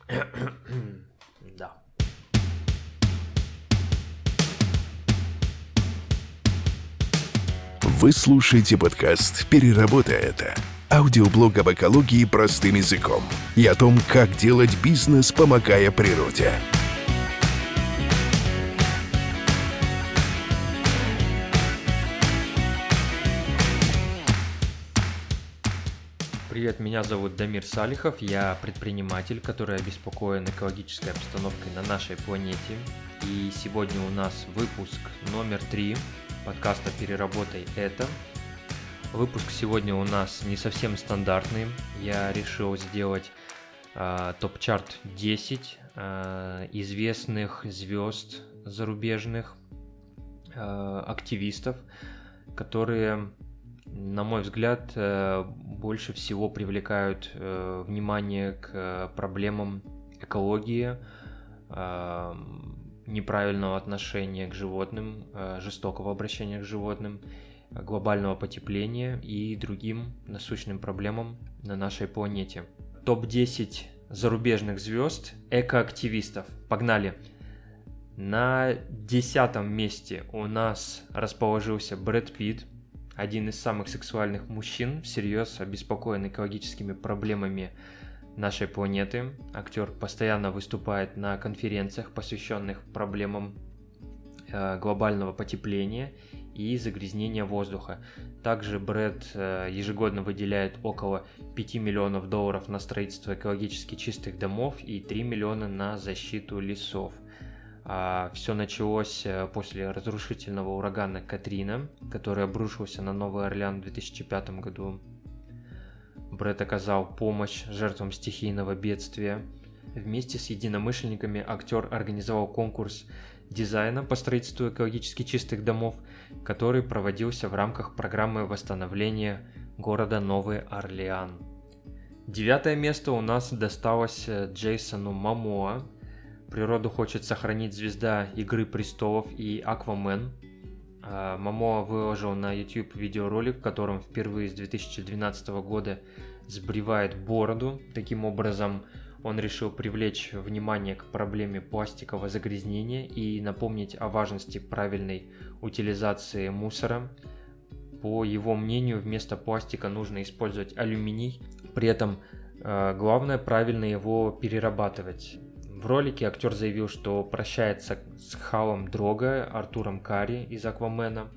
Да. Вы слушаете подкаст «Переработай это». Аудиоблог об экологии простым языком и о том, как делать бизнес, помогая природе. Привет, меня зовут Дамир Салихов, я предприниматель, который обеспокоен экологической обстановкой на нашей планете. И сегодня у нас выпуск номер 3 подкаста «Переработай это». Выпуск сегодня у нас не совсем стандартный. Я решил сделать топ-чарт 10 известных звезд зарубежных, активистов, которые, на мой взгляд, больше всего привлекают внимание к проблемам экологии, неправильного отношения к животным, жестокого обращения к животным, глобального потепления и другим насущным проблемам на нашей планете. Топ-10 зарубежных звезд экоактивистов. Погнали! На 10-м месте у нас расположился Брэд Питт, один из самых сексуальных мужчин, всерьез обеспокоен экологическими проблемами нашей планеты. Актер постоянно выступает на конференциях, посвященных проблемам глобального потепления и загрязнения воздуха. Также Брэд ежегодно выделяет около $5 миллионов на строительство экологически чистых домов и $3 миллиона на защиту лесов. Все началось после разрушительного урагана Катрина, который обрушился на Новый Орлеан в 2005 году. Брэд оказал помощь жертвам стихийного бедствия. Вместе с единомышленниками актер организовал конкурс дизайна по строительству экологически чистых домов, который проводился в рамках программы восстановления города Новый Орлеан. 9-е место у нас досталось Джейсону Момоа. Природу хочет сохранить звезда «Игры престолов» и «Аквамен». Момоа выложил на YouTube видеоролик, в котором впервые с 2012 года сбривает бороду. Таким образом, он решил привлечь внимание к проблеме пластикового загрязнения и напомнить о важности правильной утилизации мусора. По его мнению, вместо пластика нужно использовать алюминий, при этом главное правильно его перерабатывать. В ролике актер заявил, что прощается с Халом Дрого, Артуром Карри из «Аквамена».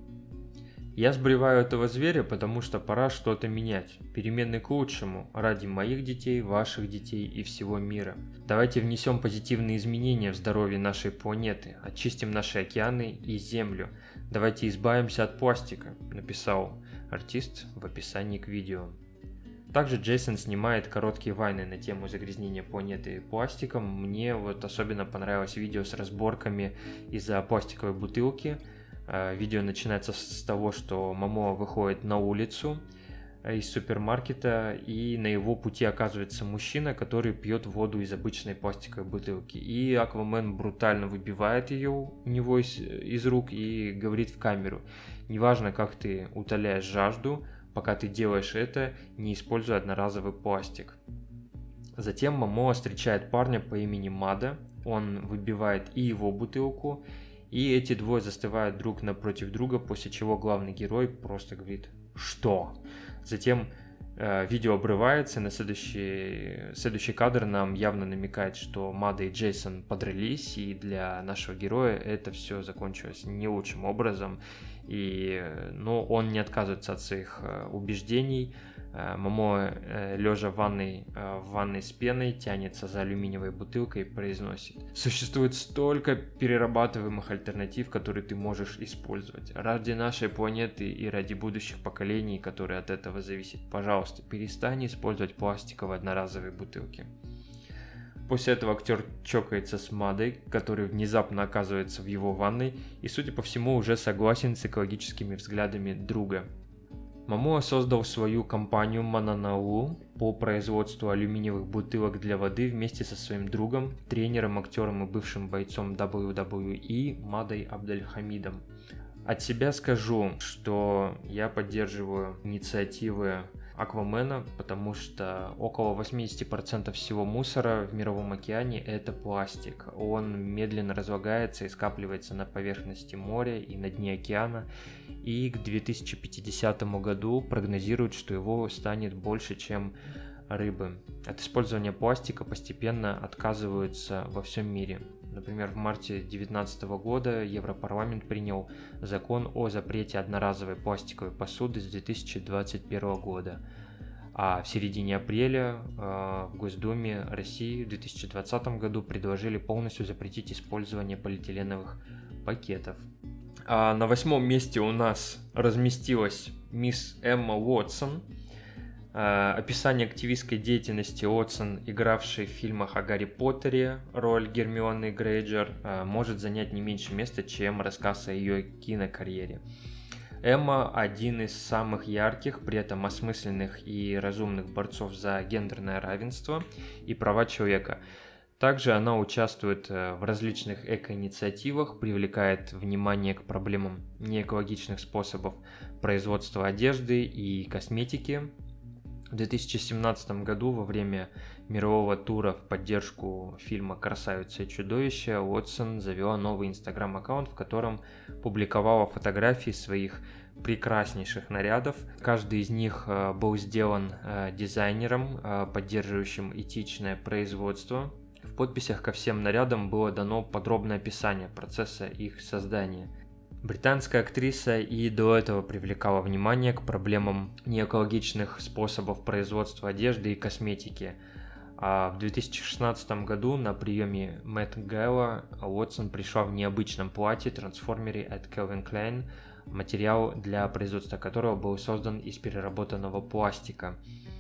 «Я сбриваю этого зверя, потому что пора что-то менять. Перемены к лучшему, ради моих детей, ваших детей и всего мира. Давайте внесем позитивные изменения в здоровье нашей планеты, очистим наши океаны и землю. Давайте избавимся от пластика», написал артист в описании к видео. Также Джейсон снимает короткие вайны на тему загрязнения планеты пластиком. Мне особенно понравилось видео с разборками из-за пластиковой бутылки. Видео начинается с того, что Момоа выходит на улицу из супермаркета, и на его пути оказывается мужчина, который пьет воду из обычной пластиковой бутылки. И Аквамен брутально выбивает ее у него из рук и говорит в камеру: «Неважно, как ты утоляешь жажду, пока ты делаешь это, не используя одноразовый пластик». Затем Момоа встречает парня по имени Мада, он выбивает и его бутылку, и эти двое застывают друг напротив друга, после чего главный герой просто говорит «Что?». Затем видео обрывается, на следующий кадр нам явно намекает, что Мада и Джейсон подрались, и для нашего героя это все закончилось не лучшим образом. Но он не отказывается от своих убеждений. Момоа, лежа в ванной с пеной, тянется за алюминиевой бутылкой и произносит: «Существует столько перерабатываемых альтернатив, которые ты можешь использовать. Ради нашей планеты и ради будущих поколений, которые от этого зависят, пожалуйста, перестань использовать пластиковые одноразовые бутылки». После этого актер чокается с Мадой, который внезапно оказывается в его ванной и, судя по всему, уже согласен с экологическими взглядами друга. Момоа создал свою компанию Мананау по производству алюминиевых бутылок для воды вместе со своим другом, тренером, актером и бывшим бойцом WWE Мадой Абдельхамидом. От себя скажу, что я поддерживаю инициативы Аквамена, потому что около 80% всего мусора в мировом океане – это пластик. Он медленно разлагается и скапливается на поверхности моря и на дне океана, и к 2050 году прогнозируют, что его станет больше, чем рыбы. От использования пластика постепенно отказываются во всем мире. Например, в марте 2019 года Европарламент принял закон о запрете одноразовой пластиковой посуды с 2021 года. А в середине апреля в Госдуме России в 2020 году предложили полностью запретить использование полиэтиленовых пакетов. А на 8-м месте у нас разместилась мисс Эмма Уотсон. Описание активистской деятельности Уотсон, игравшей в фильмах о Гарри Поттере роль Гермионы Грейнджер, может занять не меньше места, чем рассказ о ее кинокарьере. Эмма – один из самых ярких, при этом осмысленных и разумных борцов за гендерное равенство и права человека. Также она участвует в различных эко-инициативах, привлекает внимание к проблемам неэкологичных способов производства одежды и косметики. В 2017 году во время мирового тура в поддержку фильма «Красавица и чудовище» Уотсон завела новый инстаграм-аккаунт, в котором публиковала фотографии своих прекраснейших нарядов. Каждый из них был сделан дизайнером, поддерживающим этичное производство. В подписях ко всем нарядам было дано подробное описание процесса их создания. Британская актриса и до этого привлекала внимание к проблемам неэкологичных способов производства одежды и косметики. А в 2016 году на приеме Met Gala Уотсон пришла в необычном платье-трансформере от Calvin Klein, материал для производства которого был создан из переработанного пластика.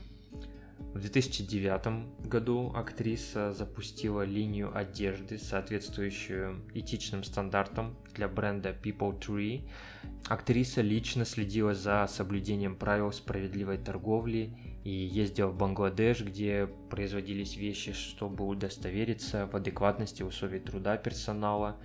В 2009 году актриса запустила линию одежды, соответствующую этичным стандартам для бренда People Tree. Актриса лично следила за соблюдением правил справедливой торговли и ездила в Бангладеш, где производились вещи, чтобы удостовериться в адекватности условий труда персонала.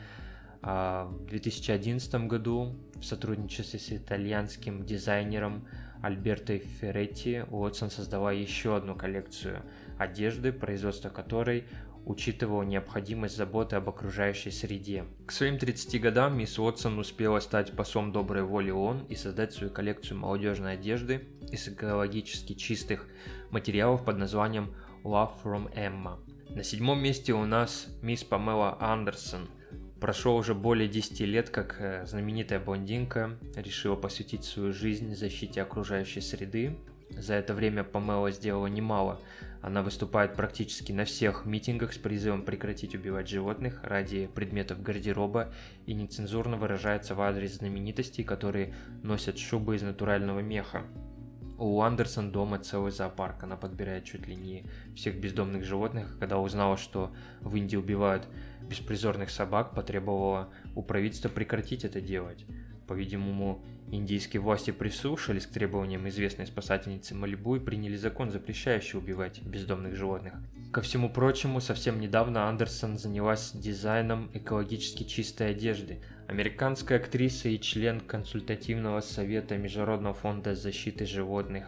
В 2011 году в сотрудничестве с итальянским дизайнером Альберто Ферретти Уотсон создала еще одну коллекцию одежды, производство которой учитывало необходимость заботы об окружающей среде. К своим 30 годам мисс Уотсон успела стать послом доброй воли ООН и создать свою коллекцию молодежной одежды из экологически чистых материалов под названием Love from Emma. На 7-м месте у нас мисс Памела Андерсон. Прошло уже более 10 лет, как знаменитая блондинка решила посвятить свою жизнь защите окружающей среды. За это время Памела сделала немало. Она выступает практически на всех митингах с призывом прекратить убивать животных ради предметов гардероба и нецензурно выражается в адрес знаменитостей, которые носят шубы из натурального меха. У Андерсон дома целый зоопарк, она подбирает чуть ли не всех бездомных животных. Когда узнала, что в Индии убивают беспризорных собак, потребовала у правительства прекратить это делать. По-видимому, индийские власти прислушались к требованиям известной спасательницы Малибу и приняли закон, запрещающий убивать бездомных животных. Ко всему прочему, совсем недавно Андерсон занялась дизайном экологически чистой одежды. Американская актриса и член консультативного совета Международного фонда защиты животных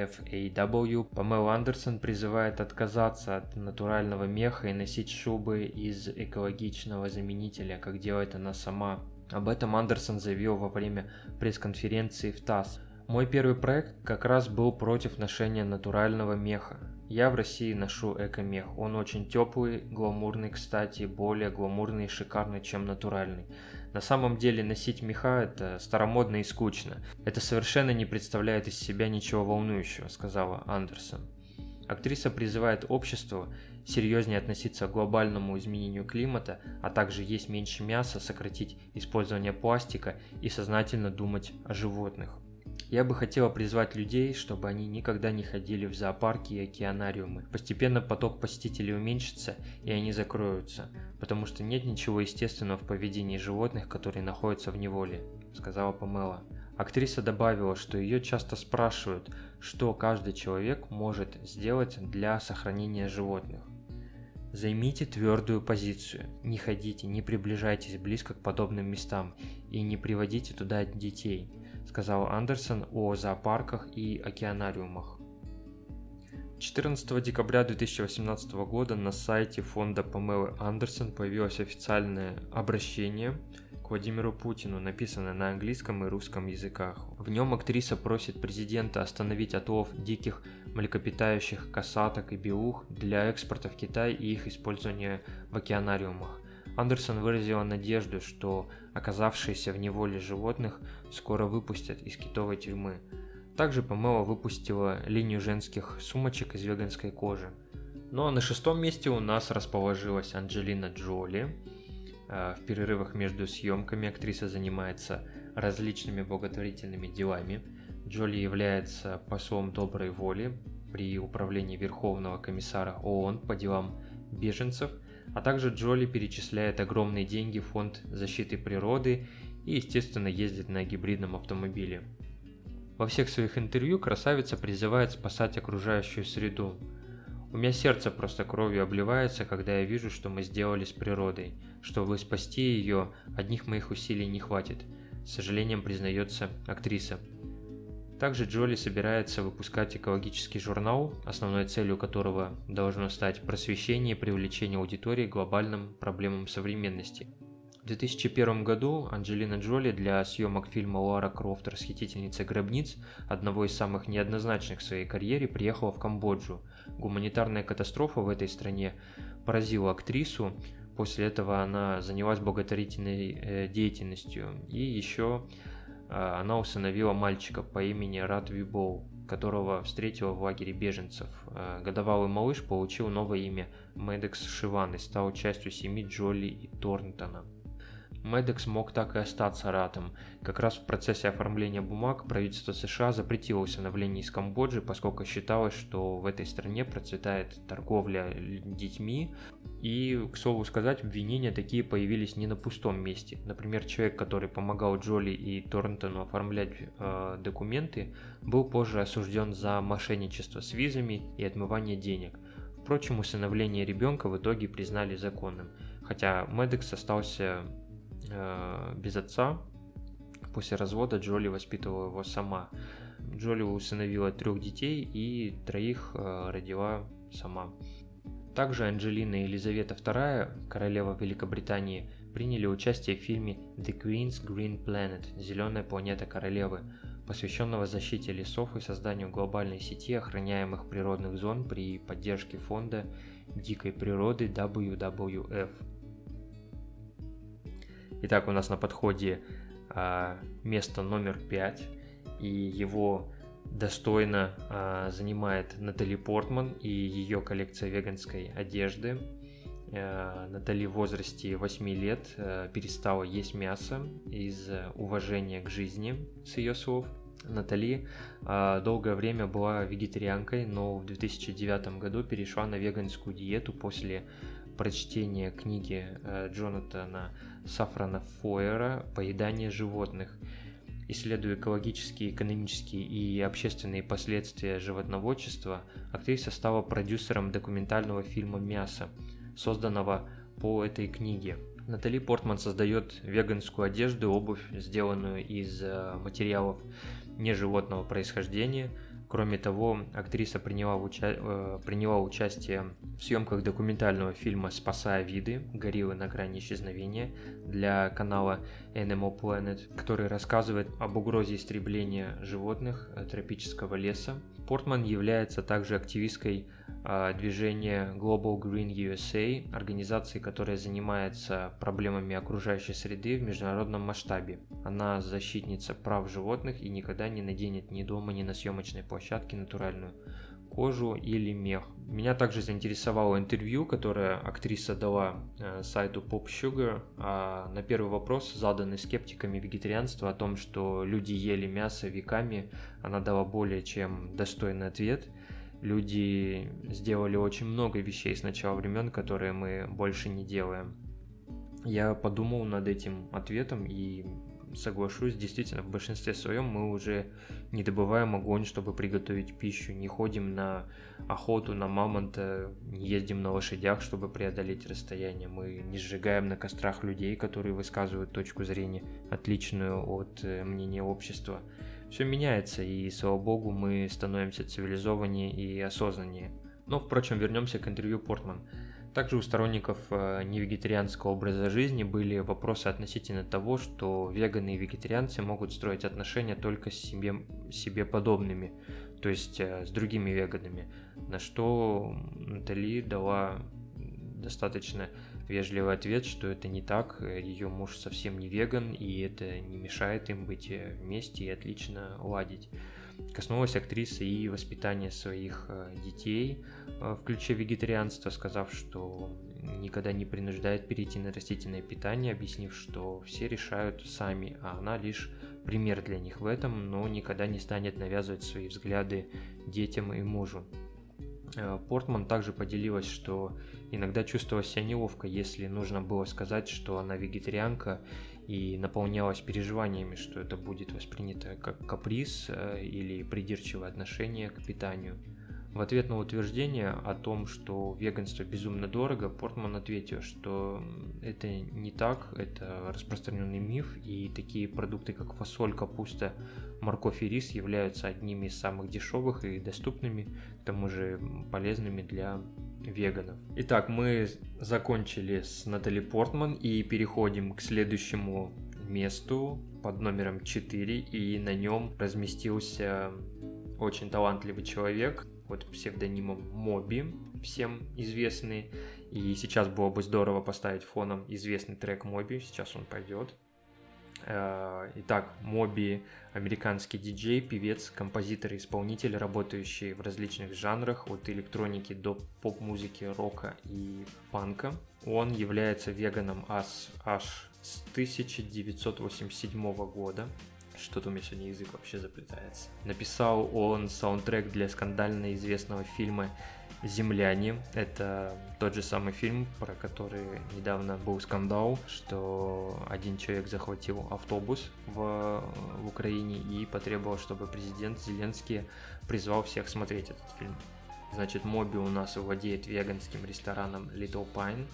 IFAW Памела Андерсон призывает отказаться от натурального меха и носить шубы из экологичного заменителя, как делает она сама. Об этом Андерсон заявил во время пресс-конференции в ТАСС. «Мой первый проект как раз был против ношения натурального меха. Я в России ношу эко-мех. Он очень теплый, гламурный, кстати, более гламурный и шикарный, чем натуральный. На самом деле носить меха – это старомодно и скучно. Это совершенно не представляет из себя ничего волнующего», – сказала Андерсон. Актриса призывает общество серьезнее относиться к глобальному изменению климата, а также есть меньше мяса, сократить использование пластика и сознательно думать о животных. «Я бы хотела призвать людей, чтобы они никогда не ходили в зоопарки и океанариумы. Постепенно поток посетителей уменьшится, и они закроются, потому что нет ничего естественного в поведении животных, которые находятся в неволе», – сказала Памела. Актриса добавила, что ее часто спрашивают, что каждый человек может сделать для сохранения животных. «Займите твердую позицию, не ходите, не приближайтесь близко к подобным местам и не приводите туда детей», сказал Андерсон о зоопарках и океанариумах. 14 декабря 2018 года на сайте фонда Памелы Андерсон появилось официальное обращение к Владимиру Путину, написанное на английском и русском языках. В нем актриса просит президента остановить отлов диких млекопитающих, косаток и белух для экспорта в Китай и их использования в океанариумах. Андерсон выразила надежду, что оказавшиеся в неволе животных скоро выпустят из китовой тюрьмы. Также Памела выпустила линию женских сумочек из веганской кожи. Ну а на 6-м месте у нас расположилась Анджелина Джоли. В перерывах между съемками актриса занимается различными благотворительными делами. Джоли является послом доброй воли при управлении Верховного комиссара ООН по делам беженцев, а также Джоли перечисляет огромные деньги в фонд защиты природы и, естественно, ездит на гибридном автомобиле. Во всех своих интервью красавица призывает спасать окружающую среду. У меня сердце просто кровью обливается, когда я вижу, что мы сделали с природой. Чтобы спасти ее, одних моих усилий не хватит, с сожалением признается актриса. Также Джоли собирается выпускать экологический журнал, основной целью которого должно стать просвещение и привлечение аудитории к глобальным проблемам современности. В 2001 году Анджелина Джоли для съемок фильма «Лара Крофт. Расхитительница гробниц», одного из самых неоднозначных в своей карьере, приехала в Камбоджу. Гуманитарная катастрофа в этой стране поразила актрису. После этого она занялась благотворительной деятельностью. И еще она усыновила мальчика по имени Рад Вибоу, которого встретила в лагере беженцев. Годовалый малыш получил новое имя Медекс Шиван и стал частью семьи Джоли и Торнтона. Медекс мог так и остаться Ратом. Как раз в процессе оформления бумаг правительство США запретило усыновление из Камбоджи, поскольку считалось, что в этой стране процветает торговля детьми. И, к слову сказать, обвинения такие появились не на пустом месте. Например, человек, который помогал Джоли и Торнтону оформлять документы, был позже осужден за мошенничество с визами и отмывание денег. Впрочем, усыновление ребенка в итоге признали законным, хотя Медекс остался без отца. После развода Джоли воспитывала его сама. Джоли усыновила 3 детей и 3 родила сама. Также Анджелина и Елизавета II, королева Великобритании, приняли участие в фильме The Queen's Green Planet – Зеленая планета королевы, посвященного защите лесов и созданию глобальной сети охраняемых природных зон при поддержке фонда дикой природы WWF. Итак, у нас на подходе место номер 5, и его достойно занимает Натали Портман и ее коллекция веганской одежды. Натали в возрасте 8 лет перестала есть мясо из уважения к жизни, с ее слов. Натали долгое время была вегетарианкой, но в 2009 году перешла на веганскую диету после прочтения книги Джонатана Сафрана Фойера «Поедание животных». Исследуя экологические, экономические и общественные последствия животноводчества, актриса стала продюсером документального фильма «Мясо», созданного по этой книге. Натали Портман создает веганскую одежду и обувь, сделанную из материалов неживотного происхождения. Кроме того, актриса приняла участие в съемках документального фильма «Спасая виды. Гориллы на грани исчезновения» для канала Animal Planet, который рассказывает об угрозе истребления животных тропического леса. Портман является также активисткой движения Global Green USA, организации, которая занимается проблемами окружающей среды в международном масштабе. Она защитница прав животных и никогда не наденет ни дома, ни на съемочной площадке натуральную кожу или мех. Меня также заинтересовало интервью, которое актриса дала сайту Pop Sugar. На первый вопрос, заданный скептиками вегетарианства о том, что люди ели мясо веками, она дала более чем достойный ответ. Люди сделали очень много вещей с начала времен, которые мы больше не делаем. Я подумал над этим ответом и соглашусь, действительно, в большинстве своем мы уже не добываем огонь, чтобы приготовить пищу, не ходим на охоту на мамонта, не ездим на лошадях, чтобы преодолеть расстояние, мы не сжигаем на кострах людей, которые высказывают точку зрения, отличную от мнения общества. Все меняется, и, слава богу, мы становимся цивилизованнее и осознаннее. Но, впрочем, вернемся к интервью Портман. Также у сторонников невегетарианского образа жизни были вопросы относительно того, что веганы и вегетарианцы могут строить отношения только с себе подобными, то есть с другими веганами, на что Натали дала достаточно вежливый ответ, что это не так, ее муж совсем не веган, и это не мешает им быть вместе и отлично ладить. Коснулась актриса и воспитания своих детей в ключе вегетарианства, сказав, что никогда не принуждает перейти на растительное питание, объяснив, что все решают сами, а она лишь пример для них в этом, но никогда не станет навязывать свои взгляды детям и мужу. Портман также поделилась, что иногда чувствовала себя неловко, если нужно было сказать, что она вегетарианка, и наполнялась переживаниями, что это будет воспринято как каприз или придирчивое отношение к питанию. В ответ на утверждение о том, что веганство безумно дорого, Портман ответил, что это не так, это распространенный миф, и такие продукты, как фасоль, капуста, морковь и рис являются одними из самых дешевых и доступными, к тому же полезными для веганов. Итак, мы закончили с Натали Портман и переходим к следующему месту под номером 4, и на нем разместился очень талантливый человек под псевдонимом Моби, всем известный. И сейчас было бы здорово поставить фоном известный трек Моби, сейчас он пойдет. Итак, Моби – американский диджей, певец, композитор и исполнитель, работающий в различных жанрах, от электроники до поп-музыки, рока и панка. Он является веганом аж с 1987 года. Что-то у меня сегодня язык вообще заплетается. Написал он саундтрек для скандально известного фильма «Земляне». Это тот же самый фильм, про который недавно был скандал, что один человек захватил автобус в Украине и потребовал, чтобы президент Зеленский призвал всех смотреть этот фильм. Значит, Моби у нас владеет веганским рестораном Little Pine.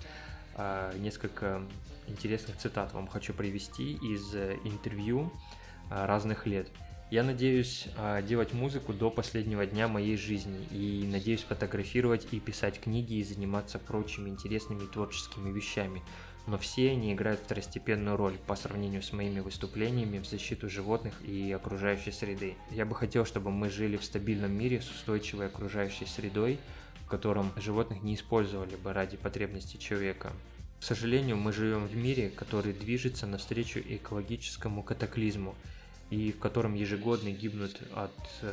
Несколько интересных цитат вам хочу привести из интервью разных лет. Я надеюсь делать музыку до последнего дня моей жизни и надеюсь фотографировать и писать книги и заниматься прочими интересными творческими вещами, но все они играют второстепенную роль по сравнению с моими выступлениями в защиту животных и окружающей среды. Я бы хотел, чтобы мы жили в стабильном мире с устойчивой окружающей средой, в котором животных не использовали бы ради потребностей человека. К сожалению, мы живем в мире, который движется навстречу экологическому катаклизму, и в котором ежегодно гибнут от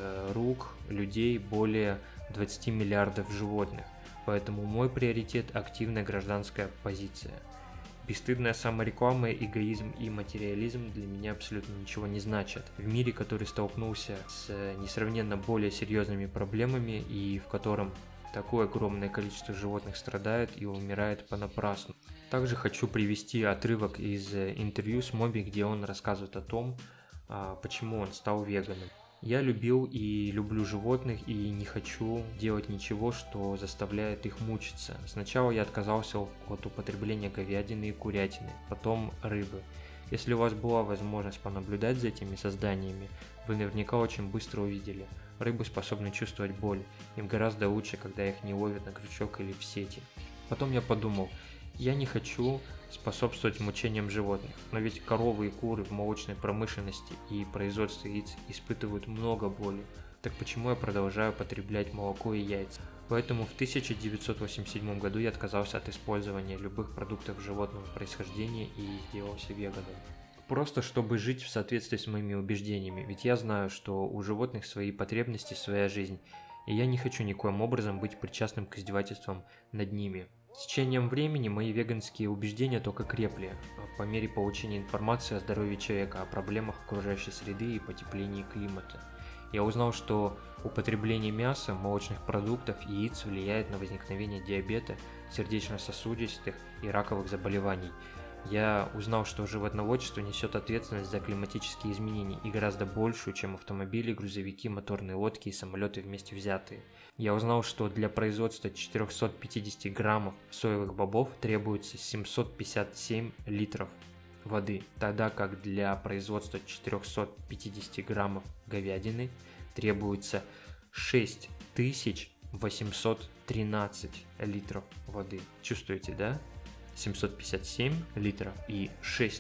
рук людей более 20 миллиардов животных. Поэтому мой приоритет – активная гражданская позиция. Бесстыдная самореклама, эгоизм и материализм для меня абсолютно ничего не значат. В мире, который столкнулся с несравненно более серьезными проблемами и в котором такое огромное количество животных страдает и умирает понапрасну. Также хочу привести отрывок из интервью с Моби, где он рассказывает о том, почему он стал веганом. Я любил и люблю животных и не хочу делать ничего, что заставляет их мучиться. Сначала я отказался от употребления говядины и курятины, потом рыбы. Если у вас была возможность понаблюдать за этими созданиями, вы наверняка очень быстро увидели. Рыбы способны чувствовать боль, им гораздо лучше, когда их не ловят на крючок или в сети. Потом я подумал, я не хочу способствовать мучениям животных, но ведь коровы и куры в молочной промышленности и производстве яиц испытывают много боли, так почему я продолжаю потреблять молоко и яйца? Поэтому в 1987 году я отказался от использования любых продуктов животного происхождения и сделался веганом. Просто чтобы жить в соответствии с моими убеждениями, ведь я знаю, что у животных свои потребности, своя жизнь, и я не хочу никоим образом быть причастным к издевательствам над ними. С течением времени мои веганские убеждения только крепли, по мере получения информации о здоровье человека, о проблемах окружающей среды и потеплении климата. Я узнал, что употребление мяса, молочных продуктов и яиц влияет на возникновение диабета, сердечно-сосудистых и раковых заболеваний. Я узнал, что животноводчество несет ответственность за климатические изменения и гораздо большую, чем автомобили, грузовики, моторные лодки и самолеты вместе взятые. Я узнал, что для производства 450 граммов соевых бобов требуется 757 литров воды, тогда как для производства 450 граммов говядины требуется 6813 литров воды. Чувствуете, да? 757 литров и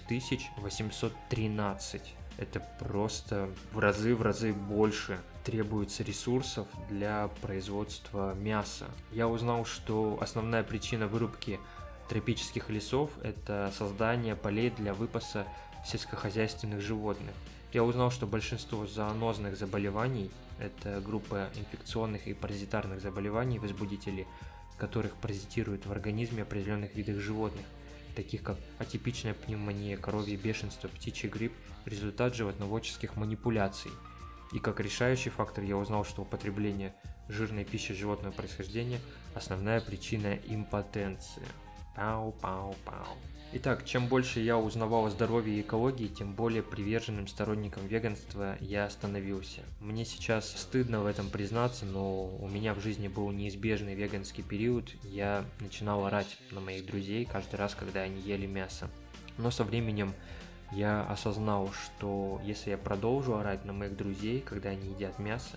6813. Это просто в разы больше требуется ресурсов для производства мяса. Я узнал, что основная причина вырубки тропических лесов – это создание полей для выпаса сельскохозяйственных животных. Я узнал, что большинство зоонозных заболеваний – это группа инфекционных и паразитарных заболеваний, возбудители которых паразитируют в организме определенных видов животных, таких как атипичная пневмония, коровье бешенство, птичий грипп, результат животноводческих манипуляций. И как решающий фактор я узнал, что употребление жирной пищи животного происхождения – основная причина импотенции. Пау-пау-пау. Итак, чем больше я узнавал о здоровье и экологии, тем более приверженным сторонником веганства я становился. Мне сейчас стыдно в этом признаться, но у меня в жизни был неизбежный веганский период. Я начинал орать на моих друзей каждый раз, когда они ели мясо. Но со временем я осознал, что если я продолжу орать на моих друзей, когда они едят мясо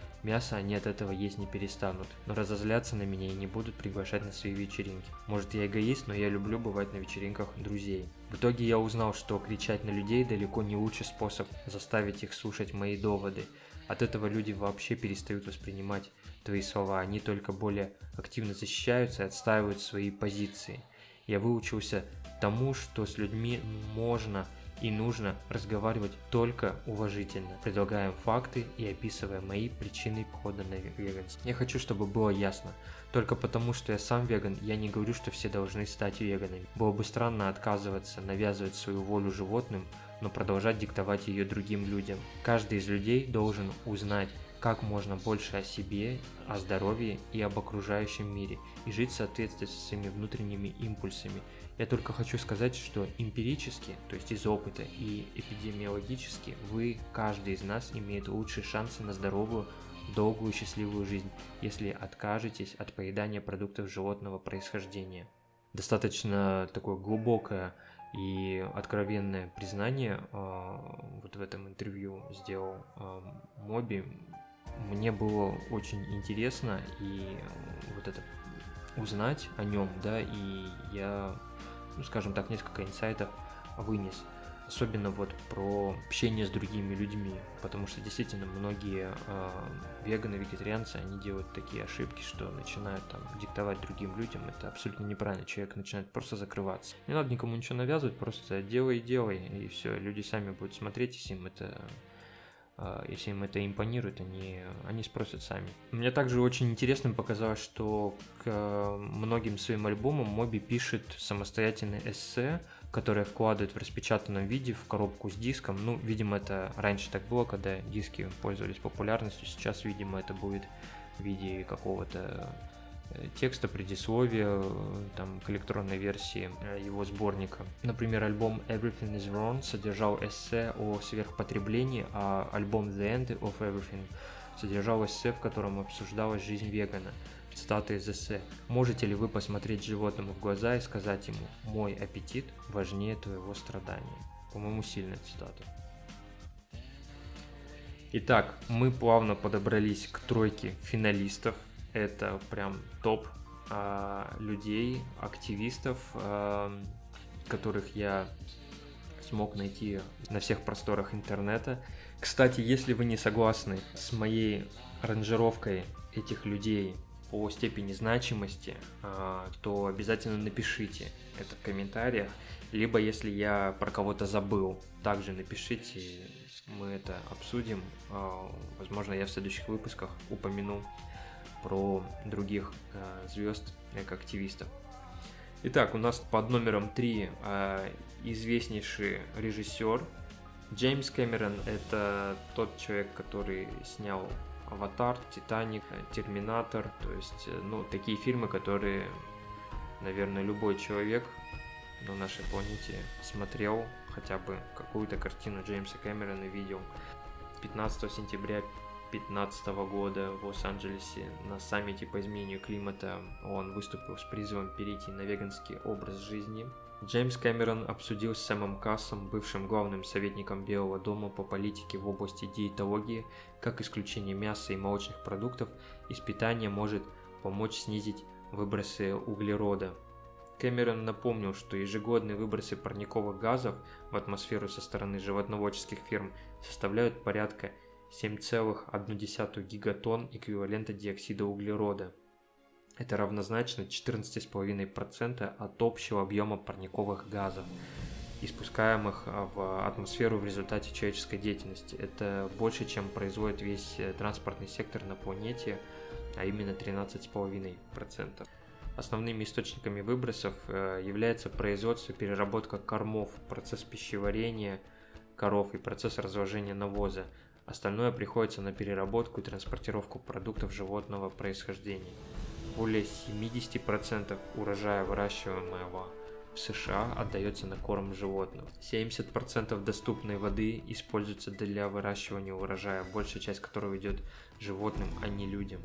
они от этого есть не перестанут, но разозлятся на меня и не будут приглашать на свои вечеринки. Может, я эгоист, но я люблю бывать на вечеринках друзей. В итоге я узнал, что кричать на людей далеко не лучший способ заставить их слушать мои доводы. От этого люди вообще перестают воспринимать твои слова, они только более активно защищаются и отстаивают свои позиции. Я выучился тому, что с людьми можно и нужно разговаривать только уважительно, предлагая факты и описывая мои причины похода на веганство. Я хочу, чтобы было ясно. Только потому, что я сам веган, я не говорю, что все должны стать веганами. Было бы странно отказываться, навязывать свою волю животным, но продолжать диктовать ее другим людям. Каждый из людей должен узнать как можно больше о себе, о здоровье и об окружающем мире, и жить в соответствии со своими внутренними импульсами. Я только хочу сказать, что эмпирически, то есть из опыта, и эпидемиологически, каждый из нас имеет лучшие шансы на здоровую, долгую, счастливую жизнь, если откажетесь от поедания продуктов животного происхождения. Достаточно такое глубокое и откровенное признание вот в этом интервью сделал Моби. Мне было очень интересно и вот это узнать о нем, да, и я, скажем так, несколько инсайтов вынес. Особенно вот про общение с другими людьми, потому что действительно многие веганы, вегетарианцы, они делают такие ошибки, что начинают там диктовать другим людям, это абсолютно неправильно, человек начинает просто закрываться. Не надо никому ничего навязывать, просто делай, и все, люди сами будут смотреть, если им это импонирует, они спросят сами. Мне также очень интересным показалось, что к многим своим альбомам Моби пишет самостоятельное эссе, которое вкладывает в распечатанном виде в коробку с диском. Ну, видимо, это раньше так было, когда диски пользовались популярностью. Сейчас, видимо, это будет в виде какого-то текста, предисловия, там, к электронной версии его сборника. Например, альбом Everything is Wrong содержал эссе о сверхпотреблении, а альбом The End of Everything содержал эссе, в котором обсуждалась жизнь вегана. Цитата из эссе: «Можете ли вы посмотреть животному в глаза и сказать ему: мой аппетит важнее твоего страдания?» По-моему, сильная цитата. Итак, мы плавно подобрались к тройке финалистов. Это прям топ людей, активистов, которых я смог найти на всех просторах интернета. Кстати, если вы не согласны с моей ранжировкой этих людей по степени значимости, то обязательно напишите это в комментариях. Либо если я про кого-то забыл, также напишите, мы это обсудим. Возможно, я в следующих выпусках упомяну про других звезд, активистов. Итак, у нас под номером 3 известнейший режиссер Джеймс Кэмерон. Это тот человек, который снял «Аватар», «Титаник», «Терминатор». То есть, такие фильмы, которые, наверное, любой человек на нашей планете смотрел, хотя бы какую-то картину Джеймса Кэмерона видел. 15 сентября 2015 года в Лос-Анджелесе на саммите по изменению климата он выступил с призывом перейти на веганский образ жизни. Джеймс Кэмерон обсудил с Сэмом Кассом, бывшим главным советником Белого дома по политике в области диетологии, как исключение мяса и молочных продуктов из питания может помочь снизить выбросы углерода. Кэмерон напомнил, что ежегодные выбросы парниковых газов в атмосферу со стороны животноводческих ферм составляют порядка 7,1 гигатонн эквивалента диоксида углерода. Это равнозначно 14,5% от общего объема парниковых газов, испускаемых в атмосферу в результате человеческой деятельности. Это больше, чем производит весь транспортный сектор на планете, а именно 13,5%. Основными источниками выбросов является производство и переработка кормов, процесс пищеварения коров и процесс разложения навоза. Остальное приходится на переработку и транспортировку продуктов животного происхождения. Более 70% урожая, выращиваемого в США, отдается на корм животным. 70% доступной воды используется для выращивания урожая, большая часть которого идет животным, а не людям.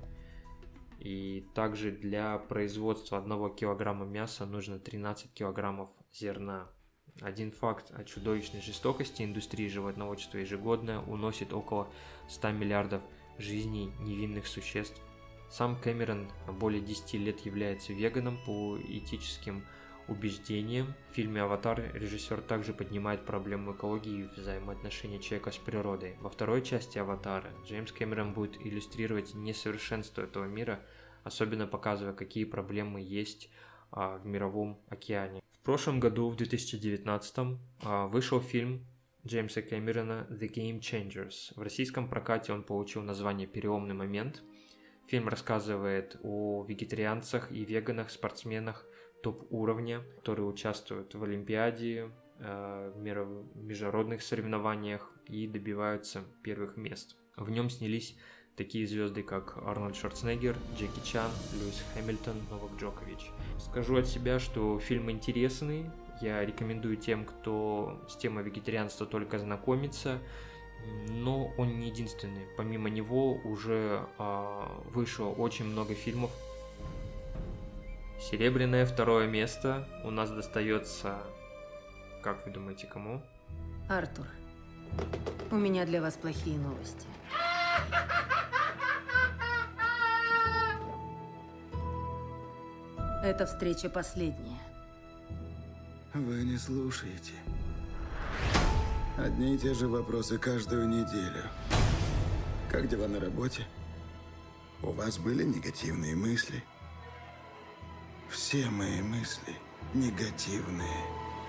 И также для производства 1 килограмма мяса нужно 13 килограммов зерна. Один факт о чудовищной жестокости индустрии животноводчества ежегодно уносит около 100 миллиардов жизней невинных существ. Сам Кэмерон более 10 лет является веганом по этическим убеждениям. В фильме «Аватар» режиссер также поднимает проблему экологии и взаимоотношений человека с природой. Во второй части «Аватара» Джеймс Кэмерон будет иллюстрировать несовершенство этого мира, особенно показывая, какие проблемы есть в мировом океане. В прошлом году, в 2019, вышел фильм Джеймса Кэмерона «The Game Changers». В российском прокате он получил название «Переломный момент». Фильм рассказывает о вегетарианцах и веганах, спортсменах топ-уровня, которые участвуют в Олимпиаде, в международных соревнованиях и добиваются первых мест. В нем снялись такие звезды, как Арнольд Шварценеггер, Джеки Чан, Льюис Хэмилтон, Новак Джокович. Скажу от себя, что фильм интересный. Я рекомендую тем, кто с темой вегетарианства только знакомится, но он не единственный. Помимо него уже вышло очень много фильмов. Серебряное второе место у нас достается, как вы думаете, кому? Артур, у меня для вас плохие новости. Эта встреча последняя. Вы не слушаете. Одни и те же вопросы каждую неделю. Как дела на работе? У вас были негативные мысли? Все мои мысли негативные.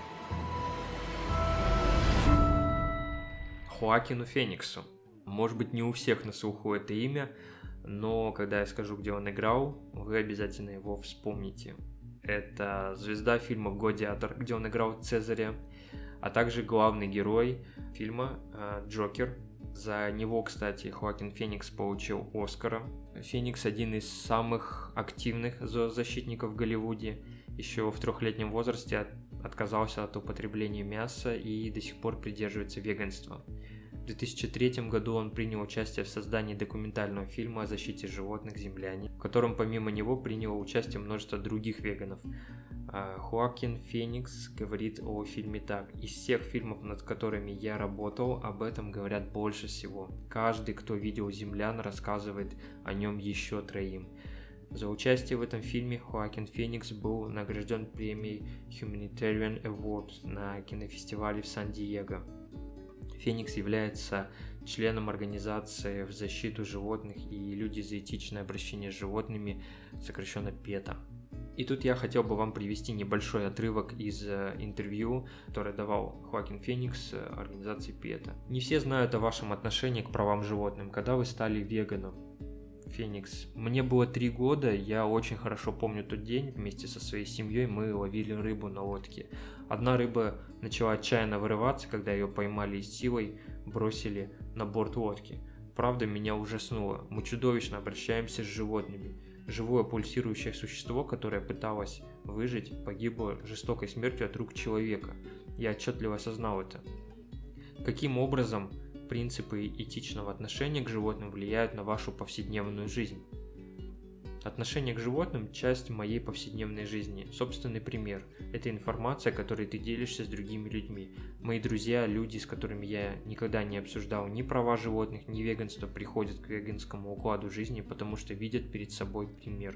Хоакину Фениксу. Может быть, не у всех на слуху это имя, но когда я скажу, где он играл, вы обязательно его вспомните. Это звезда фильма «Гладиатор», где он играл Цезаря, а также главный герой фильма Джокер. За него, кстати, Хоакин Феникс получил Оскара. Феникс один из самых активных зоозащитников в Голливуде. Еще в 3-летнем возрасте отказался от употребления мяса и до сих пор придерживается веганства. В 2003 году он принял участие в создании документального фильма о защите животных «Земляне», в котором помимо него приняло участие множество других веганов. Хоакин Феникс говорит о фильме так: «Из всех фильмов, над которыми я работал, об этом говорят больше всего. Каждый, кто видел «Землян», рассказывает о нем еще 3. За участие в этом фильме Хоакин Феникс был награжден премией Humanitarian Award на кинофестивале в Сан-Диего. Феникс является членом организации в защиту животных и люди за этичное обращение с животными, сокращенно PETA. И тут я хотел бы вам привести небольшой отрывок из интервью, которое давал Хоакин Феникс организации PETA. Не все знают о вашем отношении к правам животным, когда вы стали веганом. Феникс. Мне было 3 года, я очень хорошо помню тот день. Вместе со своей семьей мы ловили рыбу на лодке. Одна рыба начала отчаянно вырываться, когда ее поймали и силой бросили на борт лодки. Правда, меня ужаснуло. Мы чудовищно обращаемся с животными. Живое пульсирующее существо, которое пыталось выжить, погибло жестокой смертью от рук человека. Я отчетливо осознал это. Каким образом принципы этичного отношения к животным влияют на вашу повседневную жизнь? Отношение к животным – часть моей повседневной жизни. Собственный пример – это информация, которой ты делишься с другими людьми. Мои друзья, люди, с которыми я никогда не обсуждал ни права животных, ни веганство, приходят к веганскому укладу жизни, потому что видят перед собой пример.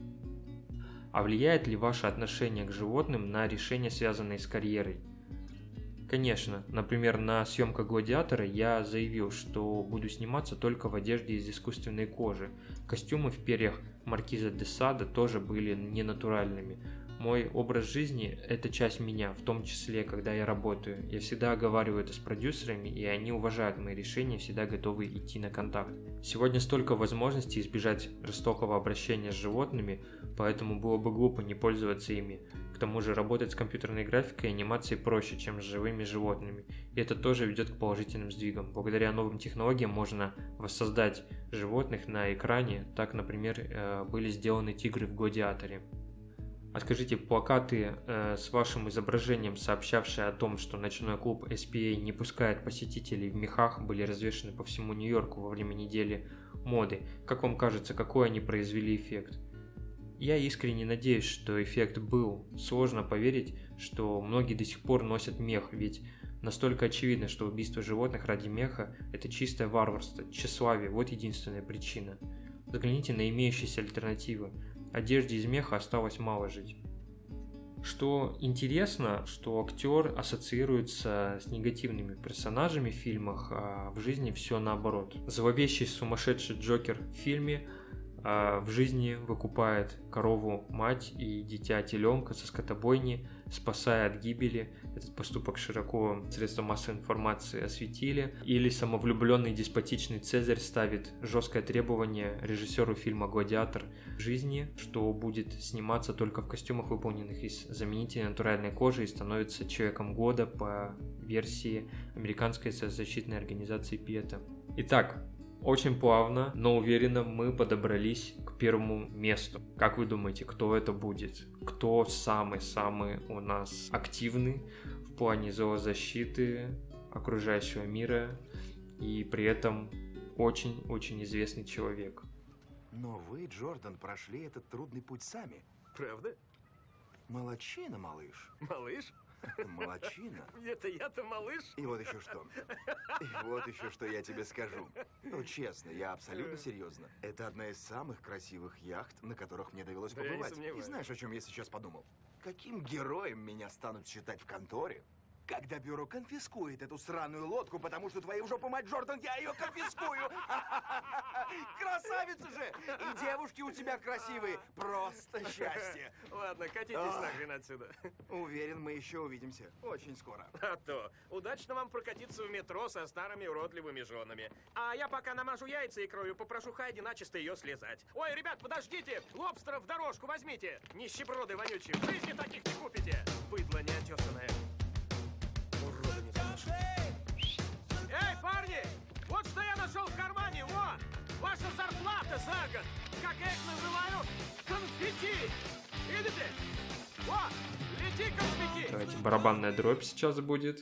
А влияет ли ваше отношение к животным на решения, связанные с карьерой? Конечно. Например, на съемках «Гладиатора» я заявил, что буду сниматься только в одежде из искусственной кожи. Костюмы в перьях маркиза де Сада тоже были ненатуральными. Мой образ жизни – это часть меня, в том числе, когда я работаю. Я всегда оговариваю это с продюсерами, и они уважают мои решения, всегда готовы идти на контакт. Сегодня столько возможностей избежать жестокого обращения с животными, поэтому было бы глупо не пользоваться ими. К тому же работать с компьютерной графикой и анимацией проще, чем с живыми животными. И это тоже ведет к положительным сдвигам. Благодаря новым технологиям можно воссоздать животных на экране. Так, например, были сделаны тигры в «Гладиаторе». А скажите, плакаты с вашим изображением, сообщавшие о том, что ночной клуб SPA не пускает посетителей в мехах, были развешаны по всему Нью-Йорку во время недели моды. Как вам кажется, какой они произвели эффект? Я искренне надеюсь, что эффект был. Сложно поверить, что многие до сих пор носят мех, ведь настолько очевидно, что убийство животных ради меха – это чистое варварство, тщеславие – вот единственная причина. Взгляните на имеющиеся альтернативы. Одежде из меха осталось мало жить. Что интересно, что актер ассоциируется с негативными персонажами в фильмах, а в жизни все наоборот. Зловещий сумасшедший Джокер в фильме в жизни выкупает корову мать и дитя теленка со скотобойни, спасая от гибели. Этот поступок широко средства массовой информации осветили. Или самовлюбленный деспотичный Цезарь ставит жесткое требование режиссеру фильма «Гладиатор» в жизни, что будет сниматься только в костюмах, выполненных из заменителей натуральной кожи, и становится человеком года по версии американской соцзащитной организации PETA. Итак, очень плавно, но уверенно мы подобрались к первому месту. Как вы думаете, кто это будет? Кто самый-самый у нас активный в плане зоозащиты окружающего мира и при этом очень-очень известный человек? Но вы, Джордан, прошли этот трудный путь сами. Правда? Молодчина, малыш. Малыш? Молодчина. Это я-то малыш? И вот еще что. И вот еще что я тебе скажу. Ну, честно, я абсолютно серьезно. Это одна из самых красивых яхт, на которых мне довелось Да, я не побывать. сомневаюсь. И знаешь, о чем я сейчас подумал? Каким героем меня станут считать в конторе, когда бюро конфискует эту сраную лодку, потому что твою жопу мать, Джордан, я ее конфискую! Красавица же! И девушки у тебя красивые. Просто счастье. Ладно, катитесь нахрен отсюда. Уверен, мы еще увидимся. Очень скоро. А то. Удачно вам прокатиться в метро со старыми уродливыми женами. А я пока намажу яйца икрою, попрошу Хайди начисто ее слезать. Ой, ребят, подождите! Лобстеров в дорожку возьмите! Нищеброды вонючие, в жизни таких не купите! Быдло неотесанное. Уроды незамешанные. Эй, парни! Вот что я нашел в кармане, во! Ваша зарплата за год! Как я их называю? Конфетти! Видите? Во! Лети, конфетти! Давайте барабанная дробь сейчас будет.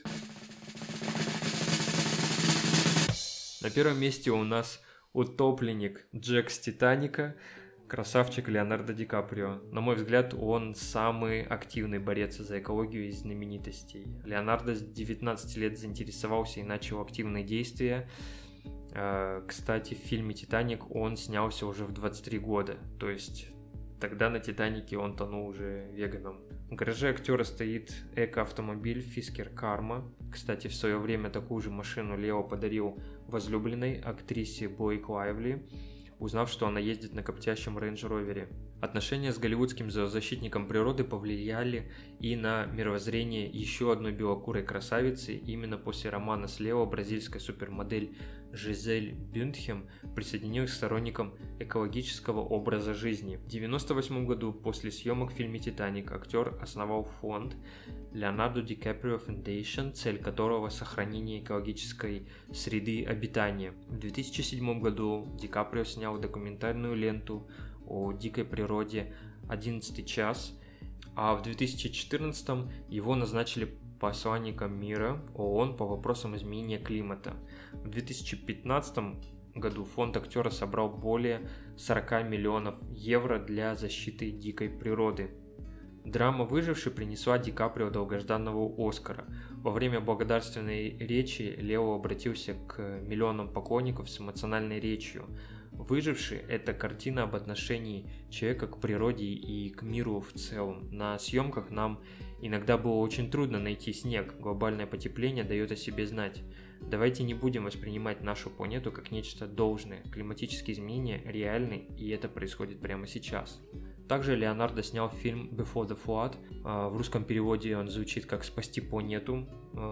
На первом месте у нас утопленник Джек с «Титаника», красавчик Леонардо Ди Каприо. На мой взгляд, он самый активный борец за экологию из знаменитостей. Леонардо с 19 лет заинтересовался и начал активные действия. Кстати, в фильме «Титаник» он снялся уже в 23 года, то есть тогда на «Титанике» он тонул уже веганом. В гараже актера стоит эко-автомобиль Фискер Карма. Кстати, в свое время такую же машину Лео подарил возлюбленной актрисе Блейк Лайвли, узнав, что она ездит на коптящем рейндж-ровере. Отношения с голливудским зоозащитником природы повлияли и на мировоззрение еще одной белокурой красавицы. Именно после романа с Лео бразильская супермодель Жизель Бюндхем присоединилась к сторонникам экологического образа жизни. В 1998 году после съемок в фильме «Титаник» актер основал фонд Leonardo DiCaprio Foundation, цель которого сохранение экологической среды обитания. В 2007 году Ди Каприо снял документальную ленту о дикой природе «11 час», а в 2014 его назначили посланником мира ООН по вопросам изменения климата. В 2015 году фонд актера собрал более 40 миллионов евро для защиты дикой природы. Драма «Выживший» принесла Ди Каприо долгожданного Оскара. Во время благодарственной речи Лео обратился к миллионам поклонников с эмоциональной речью. «Выживший» — это картина об отношении человека к природе и к миру в целом. На съемках нам иногда было очень трудно найти снег, глобальное потепление дает о себе знать. Давайте не будем воспринимать нашу планету как нечто должное. Климатические изменения реальны, и это происходит прямо сейчас. Также Леонардо снял фильм Before the Flood. В русском переводе он звучит как «Спасти планету»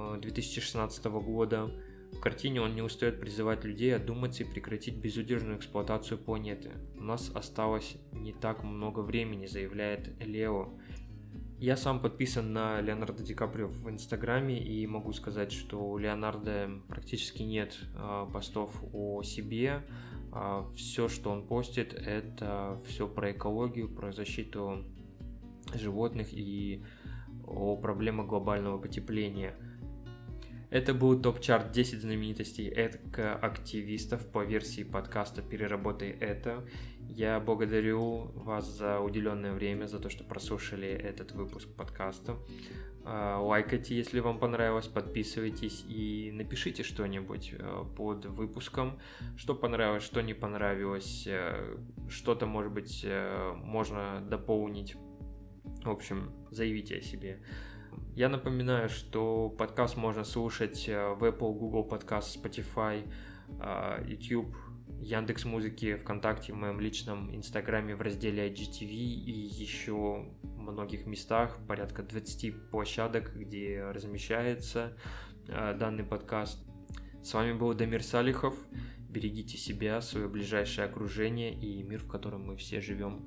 2016 года. В картине он не устает призывать людей одуматься и прекратить безудержную эксплуатацию планеты. «У нас осталось не так много времени», заявляет Лео. Я сам подписан на Леонардо Ди Каприо в Инстаграме и могу сказать, что у Леонардо практически нет постов о себе. Все, что он постит, это все про экологию, про защиту животных и о проблемах глобального потепления. Это был топ-чарт 10 знаменитостей экоактивистов по версии подкаста «Переработай это». Я благодарю вас за уделенное время, за то, что прослушали этот выпуск подкаста. Лайкайте, если вам понравилось, подписывайтесь и напишите что-нибудь под выпуском, что понравилось, что не понравилось, что-то, может быть, можно дополнить. В общем, заявите о себе. Я напоминаю, что подкаст можно слушать в Apple, Google Podcast, Spotify, YouTube, Яндекс.Музыке, ВКонтакте, в моем личном Инстаграме в разделе IGTV и еще в многих местах, порядка 20 площадок, где размещается данный подкаст. С вами был Дамир Салихов. Берегите себя, свое ближайшее окружение и мир, в котором мы все живем.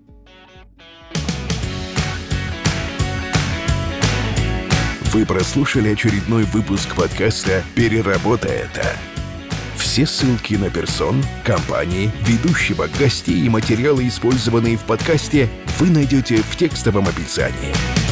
Вы прослушали очередной выпуск подкаста «Переработай это». Все ссылки на персон, компании, ведущего, гостей и материалы, использованные в подкасте, вы найдете в текстовом описании.